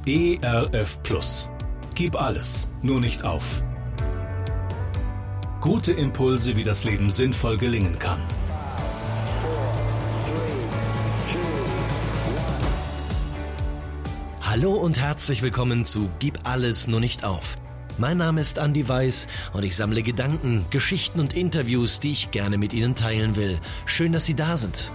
ERF Plus. Gib alles, nur nicht auf. Gute Impulse, wie das Leben sinnvoll gelingen kann. Hallo und herzlich willkommen zu Gib alles, nur nicht auf. Mein Name ist Andi Weiß und ich sammle Gedanken, Geschichten und Interviews, die ich gerne mit Ihnen teilen will. Schön, dass Sie da sind.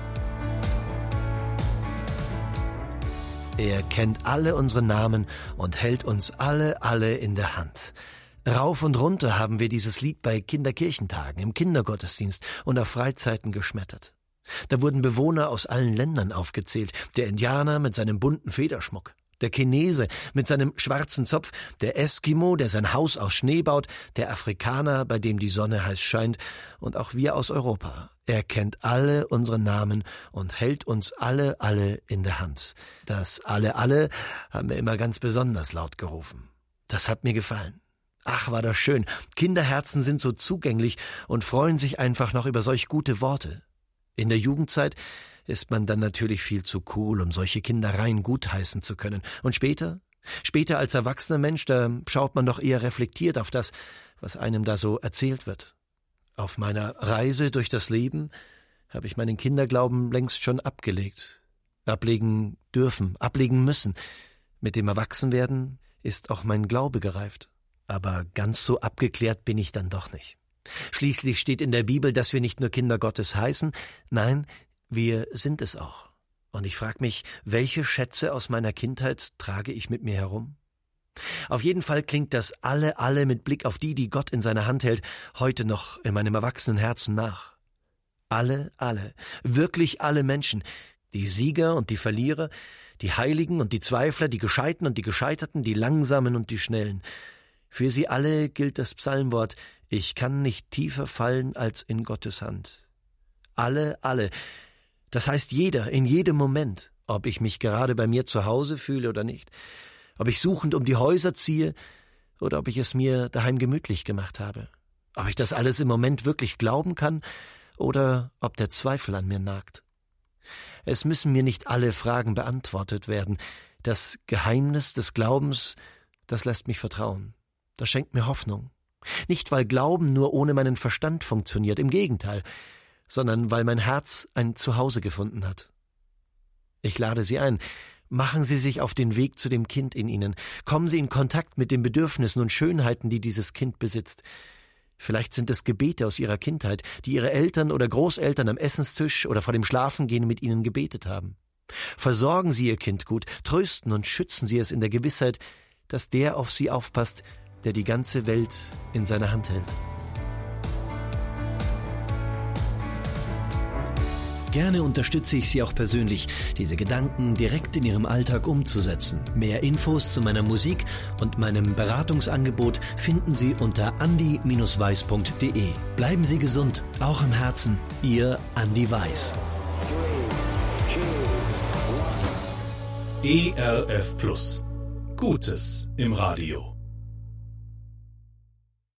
Er kennt alle unsere Namen und hält uns alle in der Hand. Rauf und runter haben wir dieses Lied bei Kinderkirchentagen, im Kindergottesdienst und auf Freizeiten geschmettert. Da wurden Bewohner aus allen Ländern aufgezählt, der Indianer mit seinem bunten Federschmuck, der Chinese mit seinem schwarzen Zopf, der Eskimo, der sein Haus aus Schnee baut, der Afrikaner, bei dem die Sonne heiß scheint, und auch wir aus Europa. Er kennt alle unsere Namen und hält uns alle in der Hand. Das alle haben wir immer ganz besonders laut gerufen. Das hat mir gefallen. Ach, war das schön. Kinderherzen sind so zugänglich und freuen sich einfach noch über solch gute Worte. In der Jugendzeit ist man dann natürlich viel zu cool, um solche Kindereien gutheißen zu können. Und später als erwachsener Mensch, da schaut man doch eher reflektiert auf das, was einem da so erzählt wird. Auf meiner Reise durch das Leben habe ich meinen Kinderglauben längst schon abgelegt. Ablegen dürfen, ablegen müssen. Mit dem Erwachsenwerden ist auch mein Glaube gereift. Aber ganz so abgeklärt bin ich dann doch nicht. Schließlich steht in der Bibel, dass wir nicht nur Kinder Gottes heißen, nein, wir sind es auch. Und ich frage mich, welche Schätze aus meiner Kindheit trage ich mit mir herum? Auf jeden Fall klingt das alle mit Blick auf die Gott in seiner Hand hält, heute noch in meinem erwachsenen Herzen nach. Alle, wirklich alle Menschen, die Sieger und die Verlierer, die Heiligen und die Zweifler, die Gescheiten und die Gescheiterten, die Langsamen und die Schnellen. Für sie alle gilt das Psalmwort, ich kann nicht tiefer fallen als in Gottes Hand. Alle. Das heißt jeder, in jedem Moment, ob ich mich gerade bei mir zu Hause fühle oder nicht, ob ich suchend um die Häuser ziehe oder ob ich es mir daheim gemütlich gemacht habe, ob ich das alles im Moment wirklich glauben kann oder ob der Zweifel an mir nagt. Es müssen mir nicht alle Fragen beantwortet werden. Das Geheimnis des Glaubens, das lässt mich vertrauen. Das schenkt mir Hoffnung. Nicht, weil Glauben nur ohne meinen Verstand funktioniert, im Gegenteil, sondern weil mein Herz ein Zuhause gefunden hat. Ich lade Sie ein, machen Sie sich auf den Weg zu dem Kind in Ihnen, kommen Sie in Kontakt mit den Bedürfnissen und Schönheiten, die dieses Kind besitzt. Vielleicht sind es Gebete aus Ihrer Kindheit, die Ihre Eltern oder Großeltern am Essenstisch oder vor dem Schlafengehen mit Ihnen gebetet haben. Versorgen Sie Ihr Kind gut, trösten und schützen Sie es in der Gewissheit, dass der auf Sie aufpasst, der die ganze Welt in seiner Hand hält. Gerne unterstütze ich Sie auch persönlich, diese Gedanken direkt in Ihrem Alltag umzusetzen. Mehr Infos zu meiner Musik und meinem Beratungsangebot finden Sie unter andi-weiß.de. Bleiben Sie gesund, auch im Herzen. Ihr Andi Weiß. ERF Plus. Gutes im Radio.